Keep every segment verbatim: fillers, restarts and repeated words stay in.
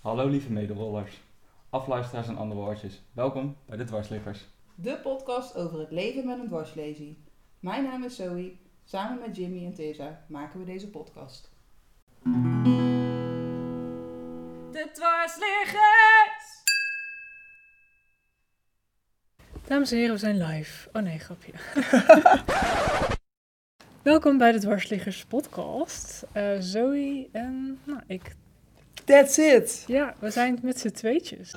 Hallo lieve medewollers, afluisteraars en andere woordjes. Welkom bij de Dwarsliggers. De podcast over het leven met een dwarslesie. Mijn naam is Zoe. Samen met Jimmy en Tessa maken we deze podcast. De Dwarsliggers! Dames en heren, we zijn live. Oh nee, grapje. Welkom bij de Dwarsliggers podcast. Uh, Zoe en nou, ik. That's it! Ja, we zijn met z'n tweetjes.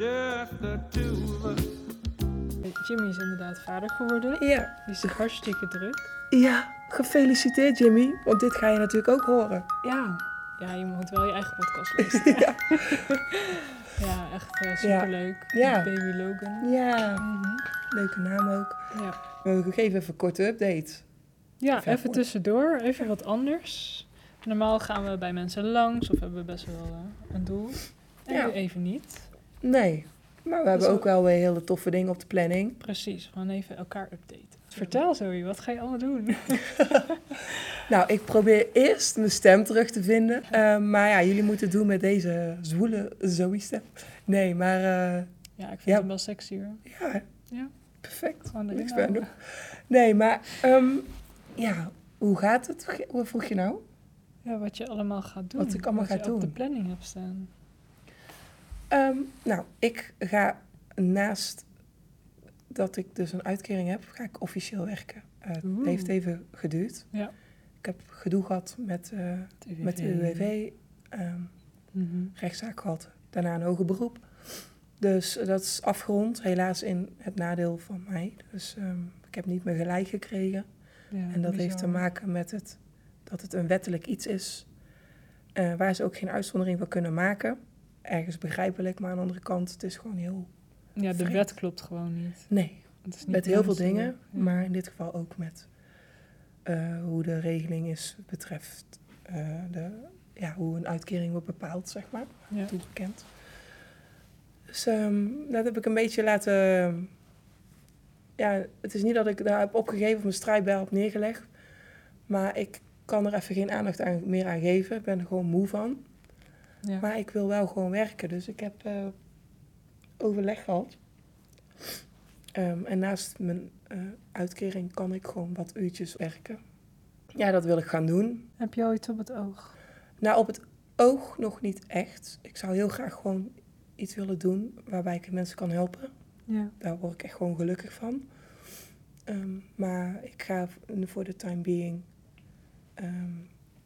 Jimmy is inderdaad vader geworden. Ja. Die is hartstikke druk. Ja, gefeliciteerd Jimmy, want dit ga je natuurlijk ook horen. Ja, ja je moet wel je eigen podcast luisteren. Ja. Ja, echt uh, superleuk. Ja. Baby Logan. Ja, Mm-hmm. Leuke naam ook. Ja, We geven even een korte update. ja Even even kort. tussendoor, even wat anders. Normaal gaan we bij mensen langs of hebben we best wel uh, een doel. En Ja. nu even niet. Nee, maar we hebben Dus ook wel weer hele toffe dingen op de planning. Precies, gewoon even elkaar updaten. Vertel Zoe, wat ga je allemaal doen? Nou, ik probeer eerst mijn stem terug te vinden. Uh, maar ja, jullie moeten het doen met deze zwoele Zoe-stem. Nee, maar uh, Ja, ik vind Ja. hem wel sexy hoor. ja, Ja. perfect. Gewoon erin Niks bij houden. doen. Nee, maar um, ja, hoe gaat het? Wat vroeg je nou? Ja, wat je allemaal gaat doen. Wat ik allemaal wat ga je op doen. de planning hebt staan. Um, nou, ik ga naast dat ik dus een uitkering heb, ga ik officieel werken. Uh, het Oeh. heeft even geduurd. Ja. Ik heb gedoe gehad met, uh, De U W V. met de U W V, um, Mm-hmm. rechtszaak gehad, daarna een hoger beroep. Dus uh, dat is afgerond, helaas in het nadeel van mij. Dus um, ik heb niet meer gelijk gekregen. Ja, En dat bizar. heeft te maken met het, dat het een wettelijk iets is, uh, waar ze ook geen uitzondering voor kunnen maken. Ergens begrijpelijk, maar aan de andere kant, het is gewoon heel... Ja, de vreemd. wet klopt gewoon niet. Nee, Het is niet met heel veel menselijk. dingen, Ja. maar in dit geval ook met uh, hoe de regeling is betreft uh, de, ja, hoe een uitkering wordt bepaald, zeg maar, Ja. toegekend. Dus um, dat heb ik een beetje laten... Ja, het is niet dat ik daar heb opgegeven of mijn strijdbijl heb neergelegd, maar ik kan er even geen aandacht aan, meer aan geven. Ik ben er gewoon moe van. Ja. Maar ik wil wel gewoon werken, dus ik heb uh, overleg gehad. Um, en naast mijn uh, uitkering kan ik gewoon wat uurtjes werken. Ja, dat wil ik gaan doen. Heb je al iets op het oog? Nou, op het oog nog niet echt. Ik zou heel graag gewoon iets willen doen waarbij ik mensen kan helpen. Ja. Daar word ik echt gewoon gelukkig van. Um, maar ik ga voor de time being um,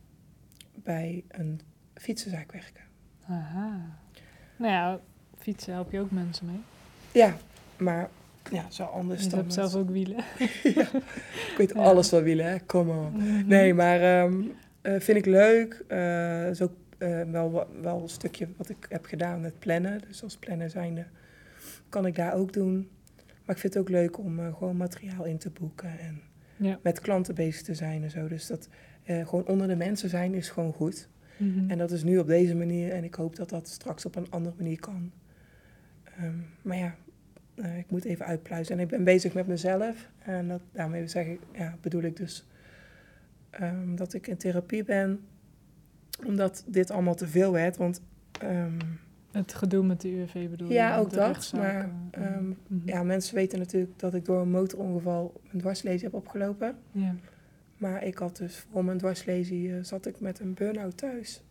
bij een fietsenzaak werken. Aha. Nou ja, fietsen help je ook mensen mee. Ja, maar ja, zo anders Je dan... hebt zelf ook wielen. Ja, ik weet Ja. alles van wielen, hè. Come on. Mm-hmm. Nee, maar um, uh, vind ik leuk. Uh, is ook uh, wel, wel een stukje wat ik heb gedaan met plannen. Dus als planner zijnde kan ik daar ook doen. Maar ik vind het ook leuk om uh, gewoon materiaal in te boeken en Ja. met klanten bezig te zijn en zo. Dus dat uh, gewoon onder de mensen zijn is gewoon goed. Mm-hmm. En dat is nu op deze manier en ik hoop dat dat straks op een andere manier kan. Um, maar ja, uh, ik moet even uitpluizen. En ik ben bezig met mezelf. En dat, daarmee zeg ik, ja, bedoel ik dus um, dat ik in therapie ben. Omdat dit allemaal te veel werd. Want um, Het gedoe met de U W V bedoel je? ja, ook de dat. rechtszaken. Maar um, Mm-hmm. ja, mensen weten natuurlijk dat ik door een motorongeval een dwarslesie heb opgelopen. Ja. Maar ik had dus voor mijn dwarslesie uh, zat ik met een burn-out thuis.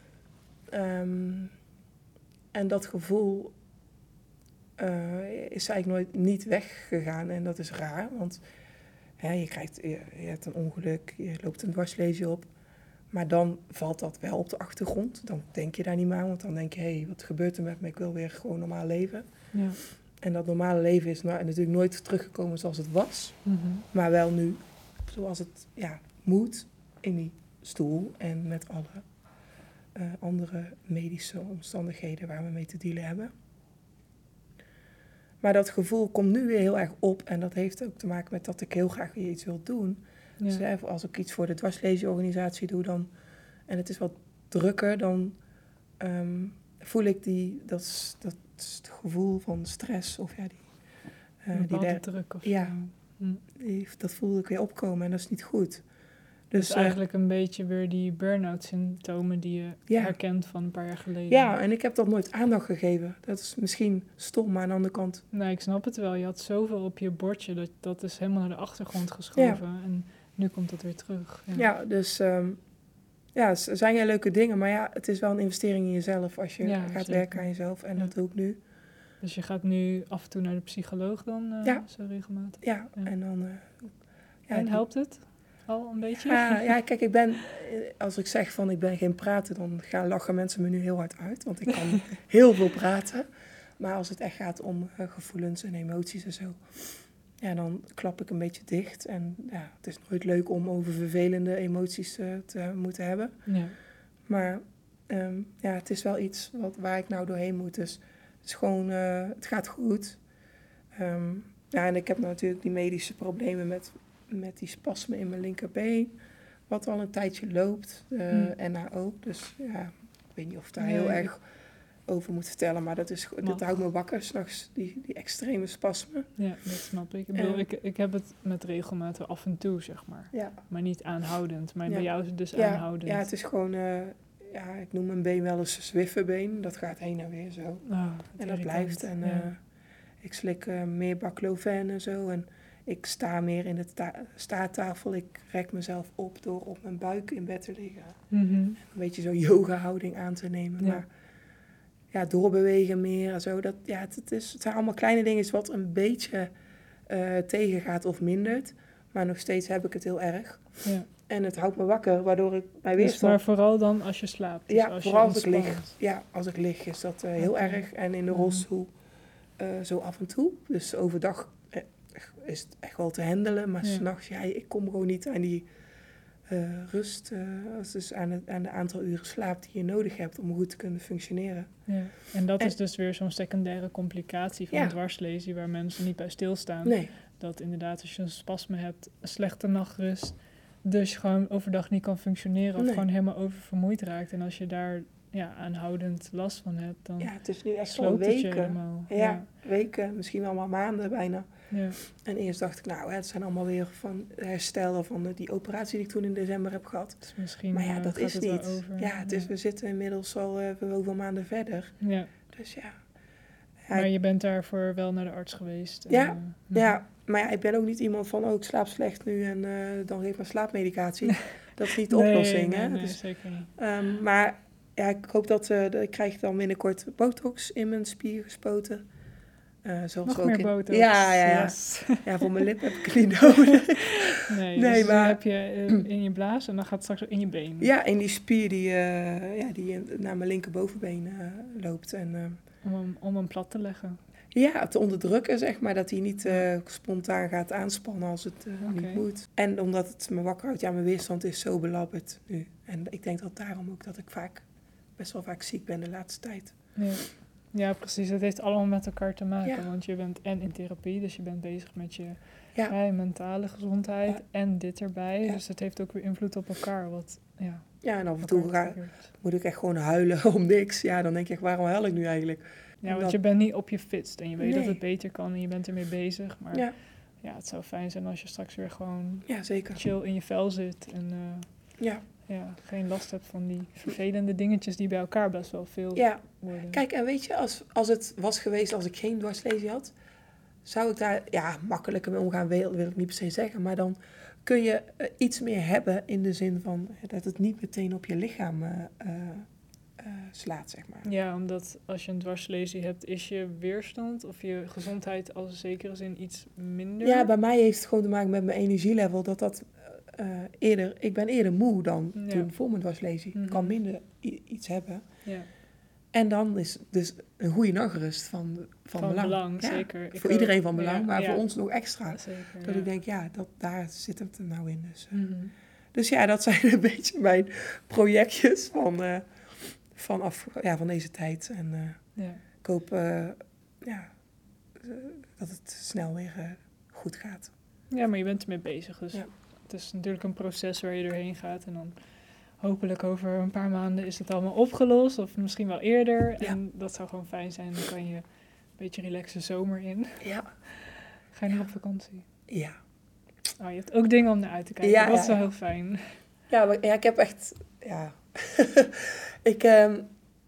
Um, en dat gevoel uh, is eigenlijk nooit niet weggegaan. En dat is raar, want hè, je, krijgt, je, je hebt een ongeluk, je loopt een dwarslesie op. Maar dan valt dat wel op de achtergrond. Dan denk je daar niet meer aan, want dan denk je, hé, hey, wat gebeurt er met me? Ik wil weer gewoon normaal leven. Ja. En dat normale leven is nou, natuurlijk nooit teruggekomen zoals het was. Mm-hmm. Maar wel nu, zoals het ja, moet, in die stoel en met alle uh, andere medische omstandigheden waar we mee te dealen hebben. Maar dat gevoel komt nu weer heel erg op en dat heeft ook te maken met dat ik heel graag weer iets wil doen. Ja. Dus hè, als ik iets voor de dwarslezieorganisatie doe dan, en het is wat drukker, dan um, voel ik die, dat, dat gevoel van stress of ja, die... Uh, die die der, druk of ja, zo. Hm. die, dat voelde ik weer opkomen en dat is niet goed. Dus, Dus, eigenlijk een beetje weer die burn-out symptomen die je Ja. herkent van een paar jaar geleden. ja, en ik heb dat nooit aandacht gegeven. Dat is misschien stom, maar aan de andere kant... Nee, ik snap het wel. Je had zoveel op je bordje, dat, dat is helemaal naar de achtergrond geschoven. En nu komt dat weer terug. Ja, Ja, dus um, ja, het zijn heel leuke dingen. Maar ja, het is wel een investering in jezelf als je Ja, gaat zeker. werken aan jezelf. En Ja. dat doe ik nu. Dus je gaat nu af en toe naar de psycholoog dan, uh, Ja. zo regelmatig? Ja, Ja. en dan... Uh, ja, En die- helpt het al een beetje? Ja, ja, kijk, ik ben... eh, Als ik zeg van ik ben geen praten, dan gaan lachen mensen me nu heel hard uit. Want ik kan heel veel praten. Maar als het echt gaat om uh, gevoelens en emoties en zo... Ja, dan klap ik een beetje dicht. En ja, het is nooit leuk om over vervelende emoties uh, te moeten hebben. Ja. Maar um, ja, het is wel iets wat, waar ik nou doorheen moet. Dus het is gewoon, uh, het gaat goed. Um, ja, en ik heb natuurlijk die medische problemen met, met die spasmen in mijn linkerbeen. Wat al een tijdje loopt. Uh, Mm. En nou ook. Dus ja, ik weet niet of ik daar Nee, heel ik- erg over moet vertellen. Maar dat, is, dat Mag. houdt me wakker s'nachts, die, die extreme spasmen. Ja, dat snap ik. Ik, bedoel, En- ik, ik heb het met regelmaat wel af en toe, zeg maar. Ja, Maar niet aanhoudend. Maar Ja. bij jou is het dus ja, aanhoudend. ja het is gewoon... Uh, ja, ik noem mijn been wel eens een zwifferbeen. Dat gaat heen en weer zo. Oh, wat En dat irritant. blijft. En Ja. uh, ik slik uh, meer baclofen en zo. En ik sta meer in de ta- staattafel. Ik rek mezelf op door op mijn buik in bed te liggen. Mhm. Een beetje zo'n yoga-houding aan te nemen. Ja. Maar ja, doorbewegen meer en zo. Dat, ja, het, het, is, het zijn allemaal kleine dingen wat een beetje uh, tegengaat of mindert. Maar nog steeds heb ik het heel erg. Ja. En het houdt me wakker, waardoor ik mijn Dus weerstand... maar vooral dan als je slaapt. Dus Ja, als vooral je als ik lig. ontspant. Ja, als ik lig is dat uh, heel Oké. erg. En in de Mhm. rolstoel uh, zo af en toe. Dus overdag eh, is het echt wel te handelen. Maar Ja. 's s'nachts, ja, ik kom gewoon niet aan die uh, rust. Uh, dus aan het aan de aantal uren slaap die je nodig hebt om goed te kunnen functioneren. Ja. En dat En- is dus weer zo'n secundaire complicatie van Ja. dwarslesie, waar mensen niet bij stilstaan. Nee, Dat inderdaad, als je een spasme hebt, een slechte nachtrust, dus je gewoon overdag niet kan functioneren of Nee. gewoon helemaal oververmoeid raakt. En als je daar ja, aanhoudend last van hebt, dan ja, het is nu echt wel sloopt het je weken. helemaal. Ja, Ja. weken, misschien wel maar maanden bijna. Ja. En eerst dacht ik, nou, het zijn allemaal weer van herstellen van de, die operatie die ik toen in december heb gehad. Dus misschien Maar ja, eh, dat gaat is het wel niet. over. Ja, het is, we zitten inmiddels al uh, hoeveel maanden verder. Ja. Dus ja. Ja, Maar ik- je bent daarvoor wel naar de arts geweest. en, Ja, eh, ja, maar ja, ik ben ook niet iemand van, oh, ik slaap slecht nu en uh, dan geef maar slaapmedicatie. Dat is niet de nee, oplossing, nee, hè. nee, Dus, zeker niet. um, maar ja, ik hoop dat, uh, dat ik krijg dan binnenkort botox in mijn spier gespoten. Uh, zoals Nog ook meer in- botox. Ja, ja, ja. Yes. Ja, voor mijn lip heb ik het niet nodig. Nee, Nee, dus dan maar- heb je eh, in je blaas en dan gaat het straks ook in je been. Ja, in die spier die, uh, ja, die in- naar mijn linkerbovenbeen uh, loopt. En, uh, Om, hem, om hem plat te leggen. ja, te onderdrukken, zeg maar. Dat hij niet uh, spontaan gaat aanspannen als het uh, Oké. niet moet. En omdat het me wakker houdt, ja, mijn weerstand is zo belabberd nu. En ik denk dat daarom ook dat ik vaak, best wel vaak ziek ben de laatste tijd. Ja. ja, precies. Het heeft allemaal met elkaar te maken. Ja. Want je bent en in therapie, dus je bent bezig met je Ja. ja, je mentale gezondheid Ja. en dit erbij. Ja. Dus het heeft ook weer invloed op elkaar. Wat, ja, Ja, en af en toe elkaar ga, triggert. moet ik echt gewoon huilen om niks. Ja, dan denk ik, waarom huil ik nu eigenlijk? Ja, want Omdat- je bent niet op je fitst en je weet dat Nee. het beter kan en je bent ermee bezig. Maar ja. Ja, het zou fijn zijn als je straks weer gewoon ja zeker. chill in je vel zit en eh, Ja. ja, geen last hebt van die vervelende dingetjes die bij elkaar best wel veel ja, worden. kijk, en weet je, als, als het was geweest als ik geen dwarslesie had, zou ik daar, ja, makkelijker mee omgaan, wil, wil ik niet per se zeggen. Maar dan kun je uh, iets meer hebben in de zin van uh, dat het niet meteen op je lichaam uh, uh, uh, slaat, zeg maar. Ja, omdat als je een dwarslesie hebt, is je weerstand of je gezondheid als in zekere zin iets minder. Ja, bij mij heeft het gewoon te maken met mijn energielevel, dat dat uh, eerder, ik ben eerder moe dan Ja. toen voor mijn dwarslesie. Mhm. Ik kan minder i- iets hebben. Ja, En dan is dus een goede nachtrust van, van, van belang. belang, Ja, zeker. Ik voor ook. iedereen van belang, Ja, maar ja, voor ons nog extra. Zeker, Dat ja. ik denk, ja, dat, daar zit het er nou in. Dus, uh. Mhm. dus ja, dat zijn een beetje mijn projectjes van, uh, van, af, ja, van deze tijd. En uh, Ja. ik hoop uh, ja, uh, dat het snel weer uh, goed gaat. ja, maar je bent ermee bezig. Dus Ja. het is natuurlijk een proces waar je doorheen gaat. En dan hopelijk over een paar maanden is het allemaal opgelost. Of misschien wel eerder. Ja. En dat zou gewoon fijn zijn. Dan kan je een beetje relaxe zomer in. Ja. Ga je nog op vakantie? Ja. Oh, je hebt ook dingen om naar uit te kijken. Ja, dat ja, is wel ja. heel fijn. Ja, maar, ja, ik heb echt... Ja. ik, um,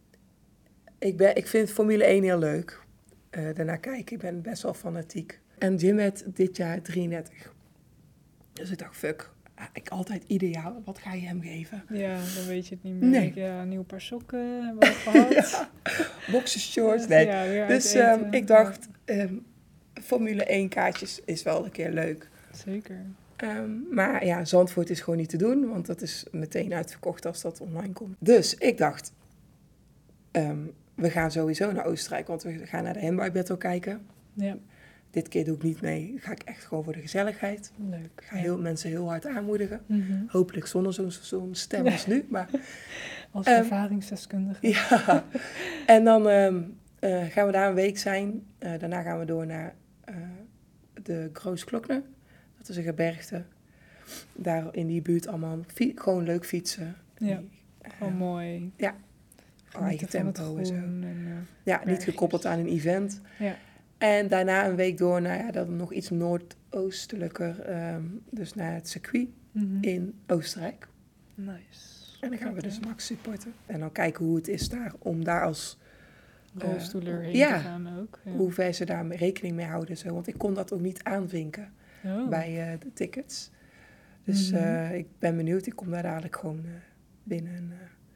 ik, ben, ik vind Formule één heel leuk. Uh, daarna kijken. Ik ben best wel fanatiek. En Jim werd dit jaar drieëndertig. Dus ik dacht, fuck. Ik altijd ideaal. Wat ga je hem geven? Ja, dan weet je het niet meer. Nee. Ja, een nieuw paar sokken hebben we al gehad. ja. Boxershorts. Nee. Ja, weer dus um, ik dacht, um, Formule één kaartjes is wel een keer leuk. Zeker. Um, maar ja, Zandvoort is gewoon niet te doen. Want dat is meteen uitverkocht als dat online komt. Dus ik dacht, um, we gaan sowieso naar Oostenrijk. Want we gaan naar de handbike battle kijken. Ja. Dit keer doe ik niet mee. Ga ik echt gewoon voor de gezelligheid. Leuk. Ik ga heel, mensen heel hard aanmoedigen. Mm-hmm. Hopelijk zonder zo'n, zo'n stem als nu. Maar, als um, ervaringsdeskundige. Ja. En dan um, uh, gaan we daar een week zijn. Uh, daarna gaan we door naar uh, de Grootklokne. Dat is een gebergte. Daar in die buurt allemaal fi- gewoon leuk fietsen. Ja, die, uh, gewoon mooi. Ja. Eigen tempo en zo. En, uh, ja, bergjes. Niet gekoppeld aan een event. Ja. En daarna een week door naar ja, dat nog iets noordoostelijker, um, dus naar het circuit mm-hmm. in Oostenrijk. Nice. En dan gaan okay. we dus Max supporten. En dan kijken hoe het is daar, om daar als rolstoeler uh, heen ja, te gaan ook. Ja. Hoe ver ze daar rekening mee houden. Zo. Want ik kon dat ook niet aanvinken oh. bij uh, de tickets. Dus mm-hmm. uh, ik ben benieuwd. Ik kom daar dadelijk gewoon uh, binnen. En,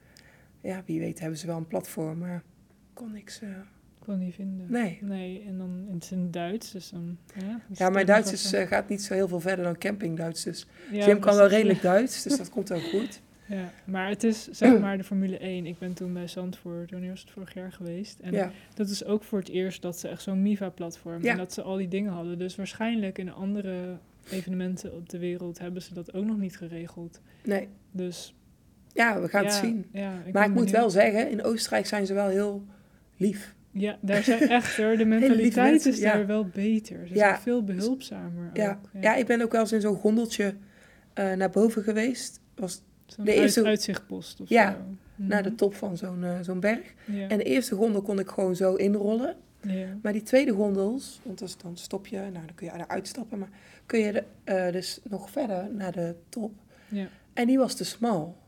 uh, ja, wie weet hebben ze wel een platform, maar kon niks... Uh, kon niet vinden. Nee. Nee, en dan het is in Duits, dus dan... Ja, dus ja mijn Duits is, uh, gaat niet zo heel veel verder dan camping-Duits, dus ja, Jim kan wel redelijk Duits, dus dat komt ook goed. Ja, maar het is zeg maar de Formule één. Ik ben toen bij Zandvoort, wanneer was het vorig jaar geweest. En ja. dat is ook voor het eerst dat ze echt zo'n Miva-platform... Ja. En dat ze al die dingen hadden. Dus waarschijnlijk in andere evenementen op de wereld hebben ze dat ook nog niet geregeld. Nee. Dus... Ja, we gaan ja, het zien. Ja, ik maar ik moet benieuwd. wel zeggen, in Oostenrijk zijn ze wel heel lief. Ja, daar zijn echt hoor, de mentaliteit mensen, is ja. daar wel beter. Ze ja. zijn veel behulpzamer ja. ook. Ja. ja, ik ben ook wel eens in zo'n gondeltje uh, naar boven geweest. Was zo'n de uit, eerste uitzichtpost of ja, zo. Mm-hmm. Naar de top van zo'n, uh, zo'n berg. Ja. En de eerste gondel kon ik gewoon zo inrollen. Ja. Maar die tweede gondels, want dus dan stop je, nou dan kun je eruit stappen, maar kun je de, uh, dus nog verder naar de top. Ja. En die was te smal.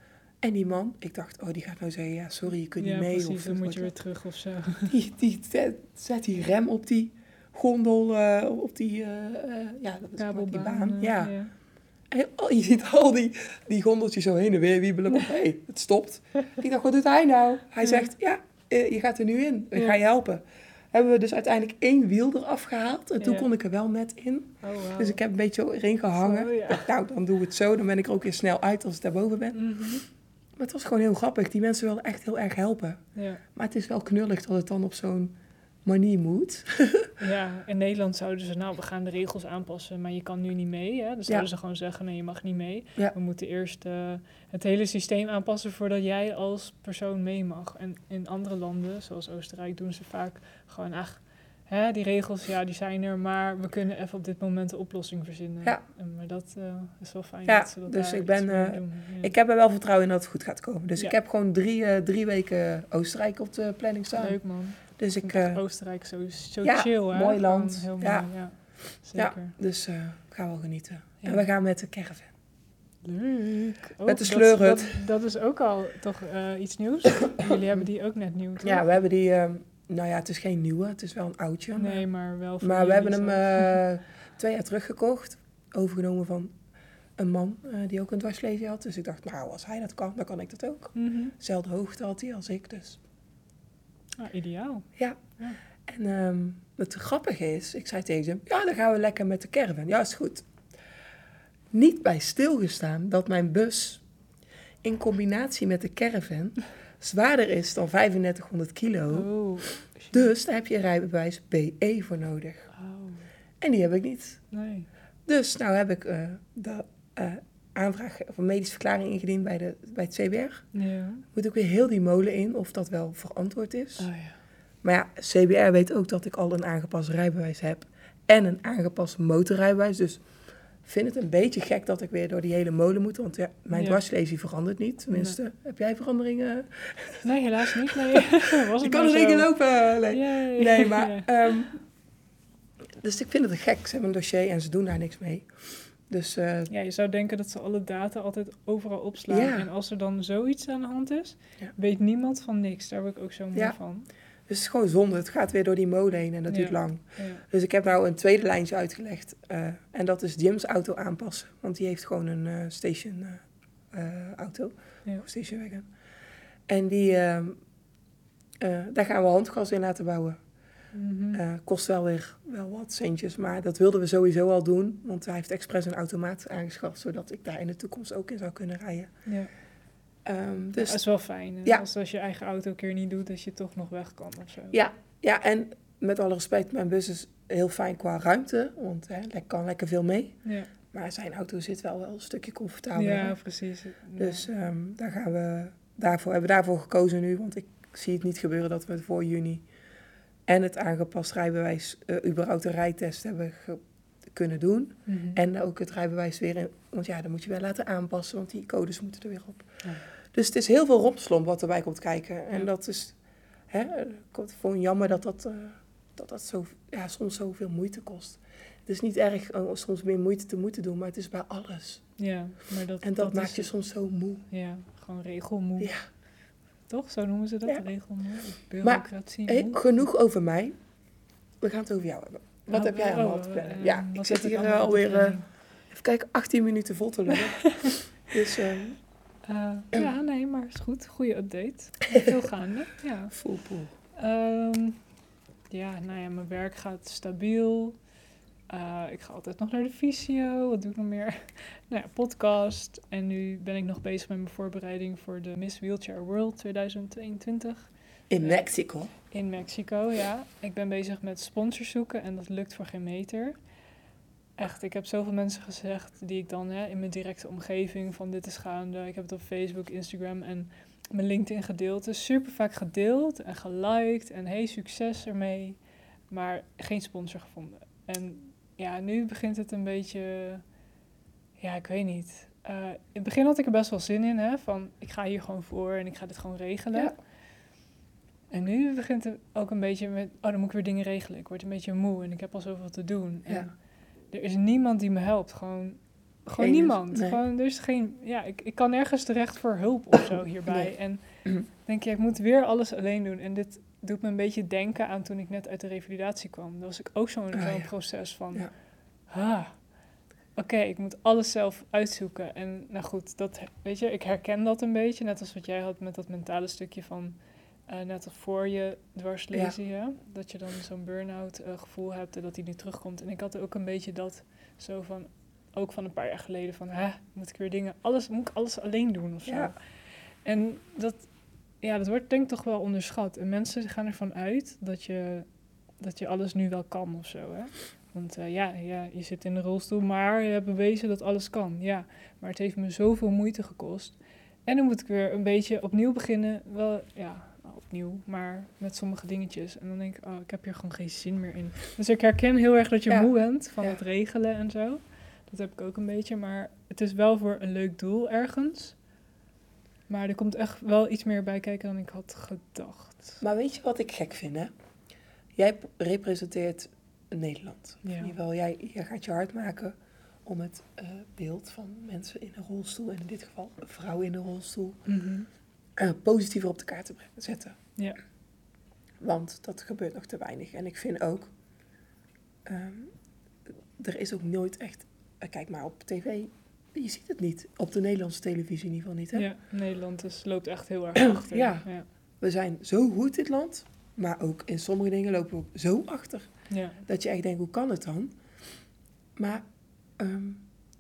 En die man, ik dacht, oh, die gaat nou zeggen, ja, sorry, je kunt ja, niet mee. Precies, of dan moet je weer wat. terug of zo. Die, die zet, zet die rem op die gondel, uh, op die, uh, uh, ja, dat is Kabelbaan, die baan. Uh, ja. ja. En oh, je ziet al die, die gondeltjes zo heen en weer wiebelen. Hé, hey, het stopt. Ik dacht, wat doet hij nou? Hij ja. zegt, ja, uh, je gaat er nu in. Ik ja. ga je helpen. Hebben we dus uiteindelijk één wiel eraf gehaald. En toen ja. kon ik er wel net in. Oh, wow. Dus ik heb een beetje erin gehangen. Zo, ja. dacht, nou, dan doen we het zo. Dan ben ik er ook weer snel uit als ik daarboven ben. Mm-hmm. Maar het was gewoon heel grappig. Die mensen wilden echt heel erg helpen. Ja. Maar het is wel knullig dat het dan op zo'n manier moet. Ja, in Nederland zouden ze, nou, we gaan de regels aanpassen, maar je kan nu niet mee. Hè? Dus zouden ja. ze gewoon zeggen, nee, je mag niet mee. Ja. We moeten eerst uh, het hele systeem aanpassen voordat jij als persoon mee mag. En in andere landen, zoals Oostenrijk, doen ze vaak gewoon, ach, hè, die regels, ja, die zijn er, maar we kunnen even op dit moment een oplossing verzinnen. Ja. En, maar dat uh, is wel fijn ja, dat ze dat dus daar ik ben, uh, doen. Ja. Ik heb er wel vertrouwen in dat het goed gaat komen. Dus ja. ik heb gewoon drie, uh, drie weken Oostenrijk op de planning staan. Leuk, man. Dus ik, uh, Oostenrijk zo, zo ja, chill, hè? Mooi land. Heel ja. mooi, ja. Zeker. Ja, dus uh, we gaan wel genieten. Ja. En we gaan met de caravan. Leuk. Oh, met de sleurhut. Dat, dat, dat is ook al toch uh, iets nieuws. Jullie hebben die ook net nieuw, toch? Ja, we hebben die... Uh, nou ja, het is geen nieuwe. Het is wel een oudje. Nee, maar wel voor Maar we hebben hem uh, twee jaar terug gekocht. Overgenomen van een man uh, die ook een dwarslesie had. Dus ik dacht, nou, als hij dat kan, dan kan ik dat ook. Mm-hmm. Zelfde hoogte had hij als ik, dus... Ah, ideaal. Ja. ja. En um, het grappige is, ik zei tegen hem, ja, dan gaan we lekker met de caravan. Ja, is goed. Niet bij stilgestaan dat mijn bus in combinatie met de caravan zwaarder is dan vijfendertighonderd kilo. Oh, dus daar heb je een rijbewijs B E voor nodig. Oh. En die heb ik niet. Nee. Dus nou heb ik uh, de uh, aanvraag of een medische verklaring ingediend bij, de, bij het C B R. Ja. Moet ook weer heel die molen in of dat wel verantwoord is. Oh, ja. Maar ja, C B R weet ook dat ik al een aangepast rijbewijs heb en een aangepast motorrijbewijs. Dus ik vind het een beetje gek dat ik weer door die hele molen moet. Want ja, mijn ja. dwarslesie verandert niet. Tenminste, nee. Heb jij veranderingen? Nee, helaas niet. Nee. Was je kan er één keer lopen. Nee, yeah. nee maar... Um, dus ik vind het gek. Ze hebben een dossier en ze doen daar niks mee. Dus uh, ja, je zou denken dat ze alle data altijd overal opslaan. Ja. En als er dan zoiets aan de hand is, ja. weet niemand van niks. Daar word ik ook zo moe ja. van. Dus het is gewoon zonde. Het gaat weer door die molen heen en dat Ja. duurt lang. Ja. Dus ik heb nou een tweede lijntje uitgelegd. Uh, en dat is Jim's auto aanpassen. Want die heeft gewoon een uh, station uh, uh, auto. Ja. Of station wagon. En die, uh, uh, daar gaan we handgas in laten bouwen. Mm-hmm. Uh, kost wel weer wel wat centjes, maar dat wilden we sowieso al doen. Want hij heeft expres een automaat aangeschaft, zodat ik daar in de toekomst ook in zou kunnen rijden. Ja. Um, dus, ja, dat is wel fijn. Ja. Als, als je eigen auto een keer niet doet, dat je toch nog weg kan of zo. Ja, ja, en met alle respect, mijn bus is heel fijn qua ruimte, want hè, ik kan lekker veel mee. Ja. Maar zijn auto zit wel wel een stukje comfortabeler. Ja, precies. Ja. Dus um, daar gaan we, daarvoor, hebben we daarvoor gekozen nu, want ik zie het niet gebeuren dat we het voor juni en het aangepast rijbewijs, uh, überhaupt een rijtest hebben ge- kunnen doen. Mm-hmm. En ook het rijbewijs weer, in, want ja, dan moet je weer laten aanpassen, want die codes moeten er weer op. Ja. Dus het is heel veel rompslomp wat erbij komt kijken. En ja. dat is, hè, ik vond het jammer dat dat, uh, dat, dat zo, ja, soms zoveel moeite kost. Het is niet erg uh, soms meer moeite te moeten doen, maar het is bij alles. Ja, maar dat, en dat, dat maakt is, je soms zo moe. Ja, gewoon regelmoe. Ja. Toch? Zo noemen ze dat, ja. regelmoe. Bureaucratie. Maar hey, genoeg over mij. We gaan het over jou hebben. Wat oh, heb jij allemaal te plannen? Uh, ja, ik zit hier uh, alweer, uh, even kijken, achttien minuten vol te lullen. dus... Uh, Uh, ja, nee, maar is goed. Goeie update. Veel gaande. Ja. Full pool. Um, ja, nou ja, mijn werk gaat stabiel. Uh, ik ga altijd nog naar de fysio. Wat doe ik nog meer? nou ja, podcast. En nu ben ik nog bezig met mijn voorbereiding voor de Miss Wheelchair World tweeduizend tweeëntwintig. In Mexico? Uh, in Mexico, ja. Ik ben bezig met sponsors zoeken en dat lukt voor geen meter. Echt, ik heb zoveel mensen gezegd die ik dan hè, in mijn directe omgeving van dit is gaande. Ik heb het op Facebook, Instagram en mijn LinkedIn gedeeld. Dus super vaak gedeeld en geliked en hey, succes ermee. Maar geen sponsor gevonden. En ja, nu begint het een beetje, ja, ik weet niet. Uh, in het begin had ik er best wel zin in, hè, van ik ga hier gewoon voor en ik ga dit gewoon regelen. Ja. En nu begint het ook een beetje met, oh, dan moet ik weer dingen regelen. Ik word een beetje moe en ik heb al zoveel te doen. En ja. Er is niemand die me helpt. Gewoon, gewoon geen, niemand. Nee. Gewoon, er is geen, ja, ik, ik kan nergens terecht voor hulp of zo hierbij. Nee. En denk je, ik moet weer alles alleen doen. En dit doet me een beetje denken aan toen ik net uit de revalidatie kwam. Dan was ik ook zo'n, ah, zo'n ja. proces van... Ja. Ah, Oké, okay, ik moet alles zelf uitzoeken. En nou goed, dat, weet je, ik herken dat een beetje. Net als wat jij had met dat mentale stukje van... Uh, net als voor je dwarslesie, ja. dat je dan zo'n burn-out uh, gevoel hebt en dat die nu terugkomt. En ik had ook een beetje dat zo van, ook van een paar jaar geleden, van, hè, moet ik weer dingen, alles, moet ik alles alleen doen of zo. Ja. En dat, ja, dat wordt denk ik toch wel onderschat. En mensen gaan ervan uit dat je, dat je alles nu wel kan of zo, hè. Want uh, ja, ja, je zit in de rolstoel, maar je hebt bewezen dat alles kan. Ja, maar het heeft me zoveel moeite gekost. En dan moet ik weer een beetje opnieuw beginnen, wel, ja... opnieuw, maar met sommige dingetjes. En dan denk ik, oh, ik heb hier gewoon geen zin meer in. Dus ik herken heel erg dat je ja. moe bent van ja. het regelen en zo. Dat heb ik ook een beetje, maar het is wel voor een leuk doel ergens. Maar er komt echt wel iets meer bij kijken dan ik had gedacht. Maar weet je wat ik gek vind, hè? Jij representeert Nederland. Ja. In ieder geval, jij, jij gaat je hard maken om het uh, beeld van mensen in een rolstoel, en in dit geval een vrouw in een rolstoel, mm-hmm. Uh, positiever op de kaart te zetten. Ja. Want dat gebeurt nog te weinig. En ik vind ook... Um, er is ook nooit echt... Uh, kijk maar op tv. Je ziet het niet. Op de Nederlandse televisie in ieder geval niet. Hè? Ja, Nederland is, loopt echt heel erg achter. Ja. ja. We zijn zo goed dit land. Maar ook in sommige dingen lopen we zo achter. Ja. Dat je echt denkt, hoe kan het dan? Maar... Um,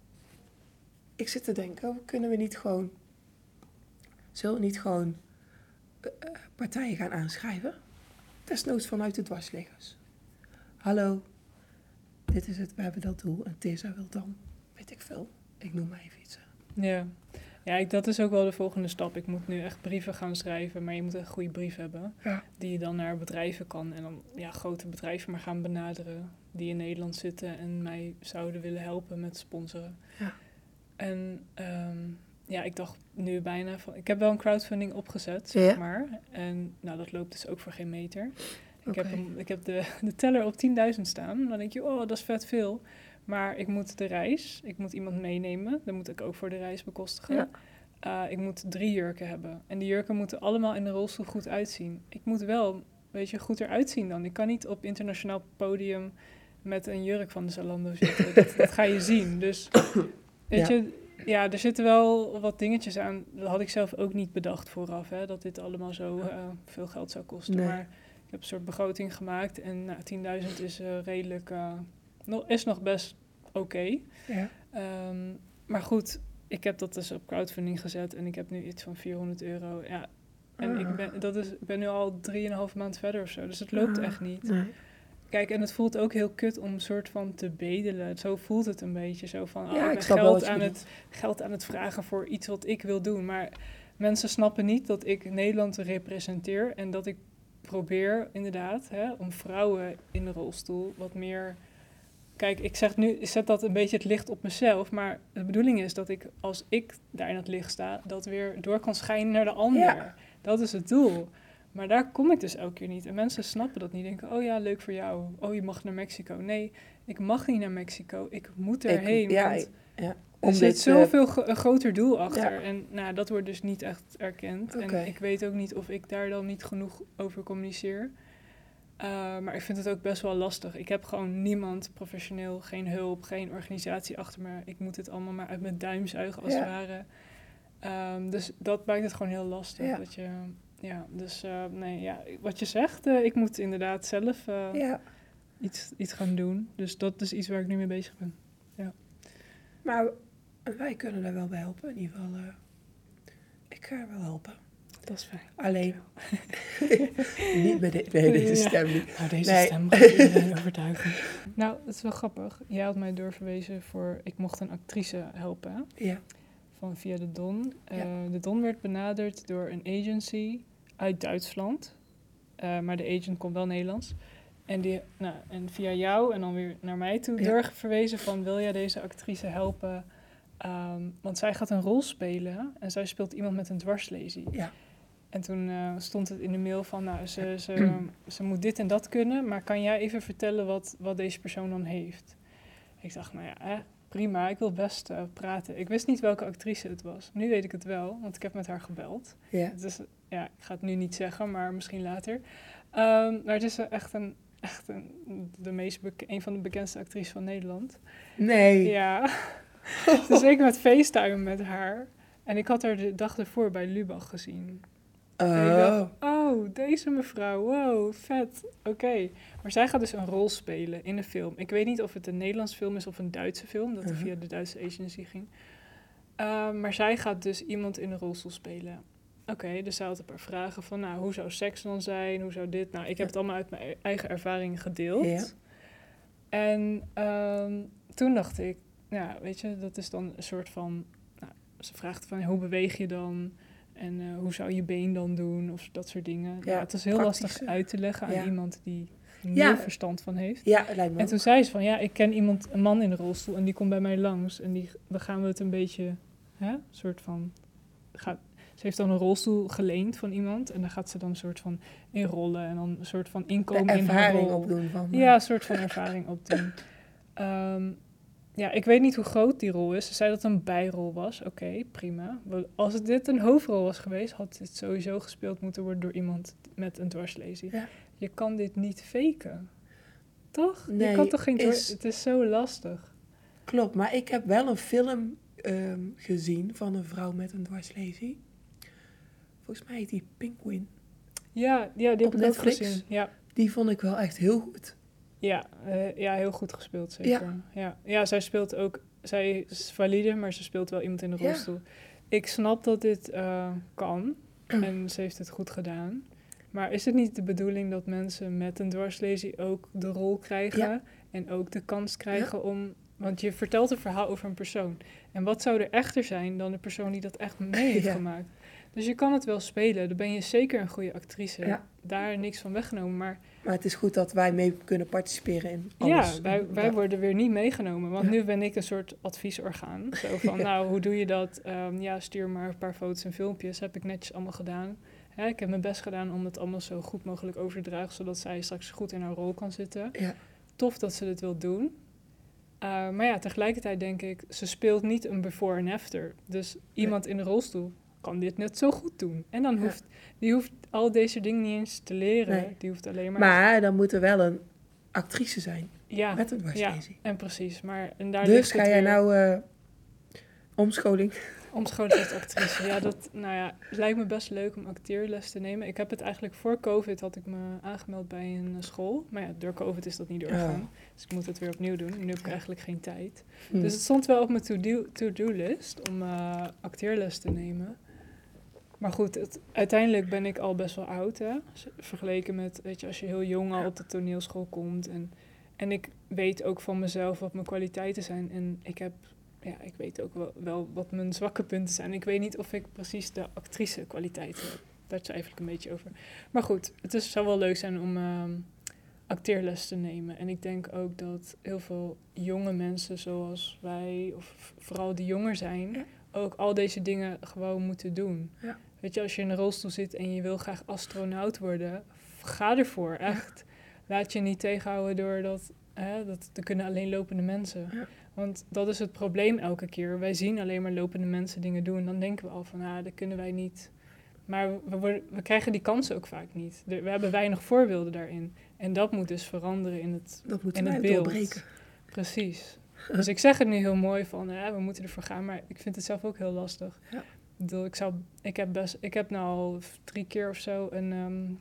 ik zit te denken, kunnen we niet gewoon... Zullen we niet gewoon uh, partijen gaan aanschrijven? Desnoods vanuit de dwarsliggers. Hallo, dit is het, we hebben dat doel. En Tessa wil dan, weet ik veel, ik noem maar even iets. Ja, ja ik, dat is ook wel de volgende stap. Ik moet nu echt brieven gaan schrijven, maar je moet een goede brief hebben. Ja. Die je dan naar bedrijven kan. En dan ja, grote bedrijven maar gaan benaderen. Die in Nederland zitten en mij zouden willen helpen met sponsoren. Ja. En... Um, Ja, ik dacht nu bijna van... Ik heb wel een crowdfunding opgezet, ja. zeg maar. En nou, dat loopt dus ook voor geen meter. Ik okay. heb, hem, ik heb de, de teller op tienduizend staan. Dan denk je, oh, dat is vet veel. Maar ik moet de reis, ik moet iemand meenemen. Dan moet ik ook voor de reis bekostigen. Ja. Uh, ik moet drie jurken hebben. En die jurken moeten allemaal in de rolstoel goed uitzien. Ik moet wel, weet je, goed eruit zien dan. Ik kan niet op internationaal podium met een jurk van de Zalando zitten. dat, dat ga je zien. Dus, weet Ja. je, ja, er zitten wel wat dingetjes aan. Dat had ik zelf ook niet bedacht vooraf, hè, dat dit allemaal zo uh, veel geld zou kosten. Nee. Maar ik heb een soort begroting gemaakt. En nou, tienduizend is uh, redelijk, uh, nog, is nog best oké. Okay. Ja. Um, maar goed, ik heb dat dus op crowdfunding gezet en ik heb nu iets van vierhonderd euro. Ja. En Ah. ik ben, dat is, ik ben nu al drieënhalf maand verder of zo, dus het loopt Ah. echt niet. Nee. Kijk, en het voelt ook heel kut om een soort van te bedelen. Zo voelt het een beetje, zo van, oh, Ja, ik ik ben snap wel geld wat je aan, bedoelt. het, geld aan het vragen voor iets wat ik wil doen. Maar mensen snappen niet dat ik Nederland representeer en dat ik probeer inderdaad, hè, om vrouwen in de rolstoel wat meer... Kijk, ik zeg nu, ik zet dat een beetje het licht op mezelf, maar de bedoeling is dat ik, als ik daar in het licht sta, dat weer door kan schijnen naar de ander. Ja. Dat is het doel. Maar daar kom ik dus elke keer niet. En mensen snappen dat niet. Denken, oh ja, leuk voor jou. Oh, je mag naar Mexico. Nee, ik mag niet naar Mexico. Ik moet erheen. Ik, ja, want ik- ja. er Om zit dit, zoveel ge- een groter doel achter. Ja. En nou, dat wordt dus niet echt erkend. Oké. En ik weet ook niet of ik daar dan niet genoeg over communiceer. Uh, maar ik vind het ook best wel lastig. Ik heb gewoon niemand professioneel, geen hulp, geen organisatie achter me. Ik moet het allemaal maar uit mijn duim zuigen als Ja. het ware. Um, dus dat maakt het gewoon heel lastig. Ja. Dat je, ja, dus uh, nee, ja, wat je zegt, uh, ik moet inderdaad zelf uh, ja. iets, iets gaan doen. Dus dat is iets waar ik nu mee bezig ben. Ja. Maar wij kunnen daar wel bij helpen. In ieder geval, uh, ik ga wel helpen. Dat is fijn. Alleen, niet met de, nee, deze Ja. stem niet. Nou, deze Nee. stem gaat iedereen overtuigen. Nou, het is wel grappig. Jij had mij doorverwezen voor... Ik mocht een actrice helpen, hè? Ja. Van via de Don. Uh, Ja. De Don werd benaderd door een agency uit Duitsland. Uh, maar de agent kon wel Nederlands. En, die, nou, en via jou en dan weer naar mij toe Ja. doorverwezen van... Wil jij deze actrice helpen? Um, want zij gaat een rol spelen. En zij speelt iemand met een dwarslesie. Ja. En toen uh, stond het in de mail van... Nou, ze, ze, ze moet dit en dat kunnen. Maar kan jij even vertellen wat, wat deze persoon dan heeft? Ik dacht, nou ja... Eh, prima, ik wil best uh, praten. Ik wist niet welke actrice het was. Nu weet ik het wel, want ik heb met haar gebeld. Ja. Dus ja, ik ga het nu niet zeggen, maar misschien later. Um, maar het is echt een, echt een, de meest beke- een van de bekendste actrices van Nederland. Nee. Ja. Dus ik met FaceTime met haar. En ik had haar de dag ervoor bij Lubach gezien. En ik Oh. dacht, oh, deze mevrouw, wow, vet, oké. Okay. Maar zij gaat dus een rol spelen in een film. Ik weet niet of het een Nederlands film is of een Duitse film, dat er Uh-huh. via de Duitse agency ging. Uh, maar zij gaat dus iemand in een rolstoel spelen. Oké, okay, dus zij had een paar vragen van, nou, hoe zou seks dan zijn, hoe zou dit? Nou, ik heb Ja. het allemaal uit mijn eigen ervaring gedeeld. Ja. En um, toen dacht ik, ja, weet je, dat is dan een soort van, nou, ze vraagt van, hoe beweeg je dan? En uh, hoe zou je been dan doen? Of dat soort dingen. Ja, ja, het is heel praktische. lastig uit te leggen aan Ja. iemand die nul Ja. verstand van heeft. Ja, het lijkt me En ook. toen zei ze van, ja, ik ken iemand, een man in de rolstoel... en die komt bij mij langs. En die, dan gaan we het een beetje, hè, soort van... Gaat, ze heeft dan een rolstoel geleend van iemand... en daar gaat ze dan een soort van in rollen... en dan een soort van de inkomen in haar ervaring rol. opdoen van... uh, Ja, een soort van ervaring opdoen. Um, ja, ik weet niet hoe groot die rol is. Ze zei dat het een bijrol was. Oké, okay, prima. Als het dit een hoofdrol was geweest... had dit sowieso gespeeld moeten worden... door iemand met een dwarslesie. Ja. Je kan dit niet faken. Toch? Nee, je kan toch geen dwars... is- Het is zo lastig. Klopt, maar ik heb wel een film um, gezien van een vrouw met een dwarslesie. Volgens mij heet die Penguin. Ja, ja die heb Op ik ook Netflix? gezien. Ja, Die vond ik wel echt heel goed. ja, uh, ja, heel goed gespeeld zeker. Ja. Ja. ja, zij speelt ook... Zij is valide, maar ze speelt wel iemand in de Ja. rolstoel. Ik snap dat dit uh, kan. En ze heeft het goed gedaan. Maar is het niet de bedoeling dat mensen met een dwarslesie ook de rol krijgen... Ja. en ook de kans krijgen om... Want je vertelt een verhaal over een persoon. En wat zou er echter zijn dan de persoon die dat echt mee heeft Ja. gemaakt? Dus je kan het wel spelen. Dan ben je zeker een goede actrice. Ja. Daar niks van weggenomen. Maar Maar het is goed dat wij mee kunnen participeren in alles. ja, wij, wij Ja. worden weer niet meegenomen. Want Ja. nu ben ik een soort adviesorgaan. Zo van, Ja. nou, hoe doe je dat? Um, ja, stuur maar een paar foto's en filmpjes. Heb ik netjes allemaal gedaan. Ja, ik heb mijn best gedaan om het allemaal zo goed mogelijk over te dragen... zodat zij straks goed in haar rol kan zitten. Ja. Tof dat ze dit wil doen. Uh, maar ja, tegelijkertijd denk ik, ze speelt niet een before en after. Dus iemand in de rolstoel kan dit net zo goed doen. En dan hoeft, ja. die hoeft al deze dingen niet eens te leren. Nee. Die hoeft alleen maar... Maar dan moet er wel een actrice zijn. Ja, met een dwarslesie. Ja, en precies. Maar, en daar dus ga jij weer... nou uh, omscholing? Omscholing tot actrice. Ja, dat nou ja, het lijkt me best leuk om acteerles te nemen. Ik heb het eigenlijk voor COVID had ik me aangemeld bij een school. Maar ja, door COVID is dat niet doorgegaan. Oh. Dus ik moet het weer opnieuw doen. Nu heb ik eigenlijk geen tijd. Hm. Dus het stond wel op mijn to-do, to-do-list om uh, acteerles te nemen. Maar goed, het, uiteindelijk ben ik al best wel oud, hè. Vergeleken met, weet je, als je heel jong al op de toneelschool komt. En, en ik weet ook van mezelf wat mijn kwaliteiten zijn. En ik heb... Ja, ik weet ook wel, wel wat mijn zwakke punten zijn. Ik weet niet of ik precies de actrice kwaliteiten heb. Daar twijfel ik een beetje over. Maar goed, het is, zou wel leuk zijn om uh, acteerles te nemen. En ik denk ook dat heel veel jonge mensen zoals wij, of vooral die jonger zijn, ja. ook al deze dingen gewoon moeten doen. Ja. Weet je, als je in een rolstoel zit en je wil graag astronaut worden, ga ervoor, echt. Ja. Laat je niet tegenhouden door dat, hè, dat er kunnen alleen lopende mensen. Ja. Want dat is het probleem elke keer. Wij zien alleen maar lopende mensen dingen doen. Dan denken we al van, ah, dat kunnen wij niet. Maar we, worden, we krijgen die kansen ook vaak niet. We hebben weinig voorbeelden daarin. En dat moet dus veranderen in het, dat moeten in wij het beeld. Doorbreken. Precies. Dus ik zeg het nu heel mooi van, eh, we moeten ervoor gaan. Maar ik vind het zelf ook heel lastig. Ja. Ik bedoel, ik, zou, ik, heb best, ik heb nou al drie keer of zo een... Um,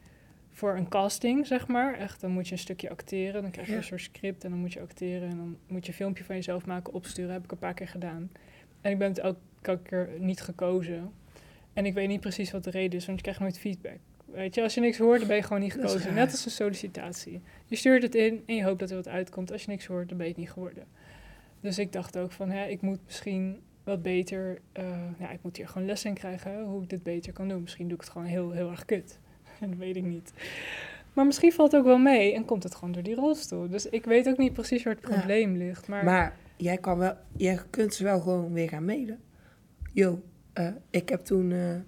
voor een casting, zeg maar. Echt, dan moet je een stukje acteren. Dan krijg je ja. een soort script en dan moet je acteren. En dan moet je een filmpje van jezelf maken, opsturen. Heb ik een paar keer gedaan. En ik ben het elke, elke keer niet gekozen. En ik weet niet precies wat de reden is, want je krijgt nooit feedback. Weet je, als je niks hoort, dan ben je gewoon niet gekozen. Net als een sollicitatie. Je stuurt het in en je hoopt dat er wat uitkomt. Als je niks hoort, dan ben je het niet geworden. Dus ik dacht ook van, hè, ik moet misschien wat beter... Uh, ja, ik moet hier gewoon les in krijgen, hè, hoe ik dit beter kan doen. Misschien doe ik het gewoon heel, heel erg kut. Dat weet ik niet. Maar misschien valt het ook wel mee en komt het gewoon door die rolstoel. Dus ik weet ook niet precies waar het probleem ja. ligt. Maar, maar jij, kan wel, jij kunt ze wel gewoon weer gaan mailen. Yo, uh, ik heb toen uh, uh,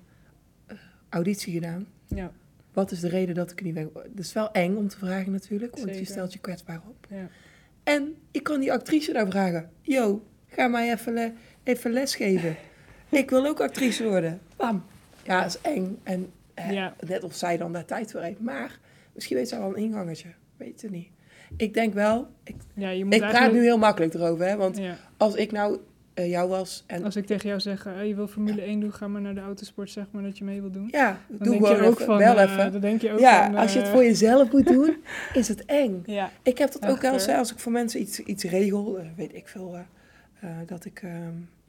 auditie gedaan. Ja. Wat is de reden dat ik er niet weg... Het is wel eng om te vragen natuurlijk, want Zeker. je stelt je kwetsbaar op. Ja. En ik kan die actrice daar vragen. Yo, ga mij even, le- even lesgeven. Ik wil ook actrice worden. Bam. Ja, dat is eng en... Uh, ja. Net of zij dan daar tijd voor heeft. Maar misschien weet zij wel een ingangetje. Weet het niet. Ik denk wel... Ik, ja, je moet ik eigenlijk... praat nu heel makkelijk erover. Hè, want ja. als ik nou uh, jou was... En, als ik tegen jou zeg... Uh, je wil Formule ja. één doen, ga maar naar de autosport. Zeg maar dat je mee wil doen. Ja, dan doe denk gewoon je ook even, van, wel uh, even. Dan denk je ook ja, van... Uh, als je het voor jezelf moet doen, is het eng. Ja. Ik heb dat Echt, ook wel eens. Als ik voor mensen iets, iets regel... Uh, weet ik veel... Uh, uh, dat ik... Uh,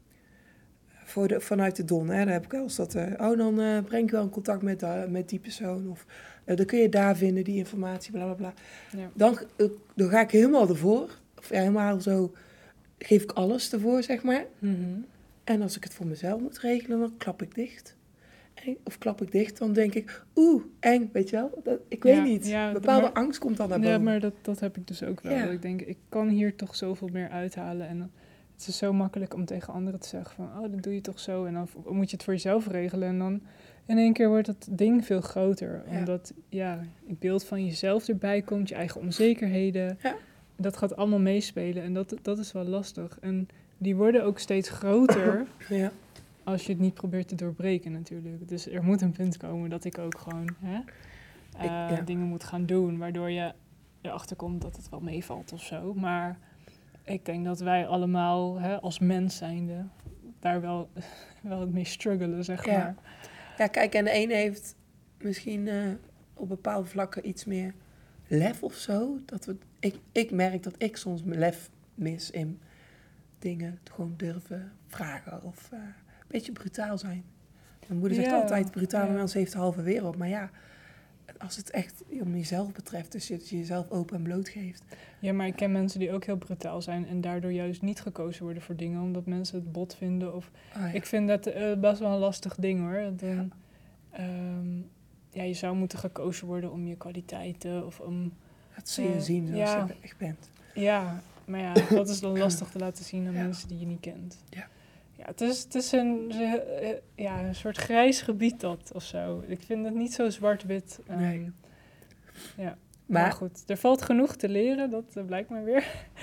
Voor de, vanuit de Don, hè, dan heb ik wel eens dat... Uh, oh, dan uh, breng ik wel in contact met, uh, met die persoon. Of uh, dan kun je daar vinden, die informatie, bla, bla, bla. Ja. Dan, uh, dan ga ik helemaal ervoor. Of ja, helemaal zo... Geef ik alles ervoor, zeg maar. Mm-hmm. En als ik het voor mezelf moet regelen, dan klap ik dicht. En, of klap ik dicht, dan denk ik... Oeh, eng, weet je wel? Dat, ik weet ja, niet. Ja, bepaalde maar, angst komt dan naar boven. Ja, maar dat, dat heb ik dus ook wel. Ja. Dat ik denk, ik kan hier toch zoveel meer uithalen. En het is zo makkelijk om tegen anderen te zeggen van... oh, dat doe je toch zo. En dan moet je het voor jezelf regelen. En dan in één keer wordt het ding veel groter. Ja. Omdat ja, het beeld van jezelf erbij komt. Je eigen onzekerheden. Ja. Dat gaat allemaal meespelen. En dat, dat is wel lastig. En die worden ook steeds groter... Ja. Als je het niet probeert te doorbreken natuurlijk. Dus er moet een punt komen dat ik ook gewoon hè, uh, ik, ja. dingen moet gaan doen... waardoor je erachter komt dat het wel meevalt of zo. Maar ik denk dat wij allemaal hè, als mens zijnde... daar wel, wel mee struggelen, zeg ja. maar. Ja, kijk, en de ene heeft misschien uh, op bepaalde vlakken iets meer lef of zo. Dat we, ik, ik merk dat ik soms mijn lef mis in dingen gewoon durven vragen of... Uh, beetje brutaal zijn. Mijn moeder zegt ja, altijd, brutale ja. mensen heeft de halve wereld. Maar ja, als het echt om jezelf betreft, dus je dat je jezelf open en bloot geeft. Ja, maar ik ken mensen die ook heel brutaal zijn en daardoor juist niet gekozen worden voor dingen, omdat mensen het bot vinden. Of oh, ja. Ik vind dat uh, best wel een lastig ding hoor. Dan, ja. Um, ja, je zou moeten gekozen worden om je kwaliteiten of om... Dat zul je uh, zien zoals ja. je echt bent. Ja, maar ja, dat is dan lastig te laten zien aan ja. mensen die je niet kent. Ja. Ja, het is, het is een, ja, een soort grijs gebied dat, of zo. Ik vind het niet zo zwart-wit. Um, nee. Ja, maar, maar goed, er valt genoeg te leren, dat uh, blijkt maar weer.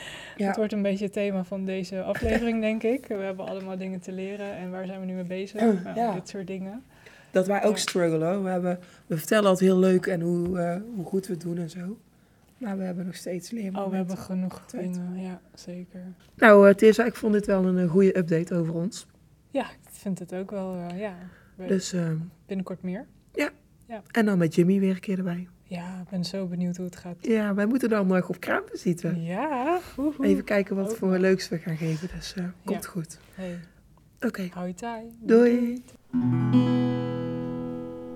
Ja. Het wordt een beetje het thema van deze aflevering, denk ik. We hebben allemaal dingen te leren en waar zijn we nu mee bezig? Oh, Nou, ja. Dit soort dingen. Dat wij ook Ja. struggelen. Hoor. We, hebben, we vertellen altijd heel leuk en hoe, uh, hoe goed we het doen en zo. Maar we hebben nog steeds leermomenten. Oh, we hebben genoeg Tijd. dingen. Ja, zeker. Nou, uh, Tirza, ik vond dit wel een uh, goede update over ons. Ja, ik vind het ook wel, uh, ja. We, Dus, uh, binnenkort meer. en dan met Jimmy weer een keer erbij. Ja, ik ben zo benieuwd hoe het gaat. Ja, wij moeten dan nog op kraamvisite. Ja. Woehoe. Even kijken wat Ook voor nog. leuks we gaan geven. Dus uh, komt Ja. goed. Hey, Oké. hou je taai. Doei.